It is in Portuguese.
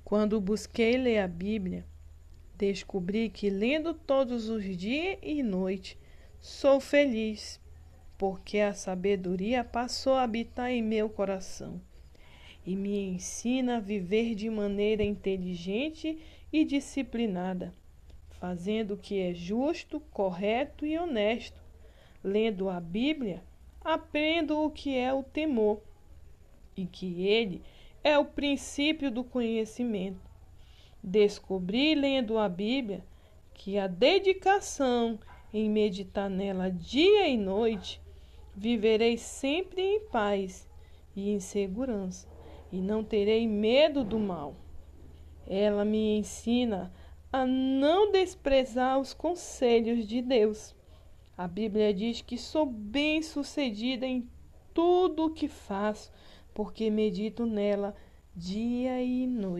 Quando busquei ler a Bíblia, descobri que lendo todos os dias e noite, sou feliz, porque a sabedoria passou a habitar em meu coração e me ensina a viver de maneira inteligente e disciplinada, fazendo o que é justo, correto e honesto. Lendo a Bíblia, aprendo o que é o temor e que ele é o princípio do conhecimento. Descobri, lendo a Bíblia, que a dedicação em meditar nela dia e noite, viverei sempre em paz e em segurança, e não terei medo do mal. Ela me ensina a não desprezar os conselhos de Deus. A Bíblia diz que sou bem-sucedida em tudo o que faço, porque medito nela dia e noite.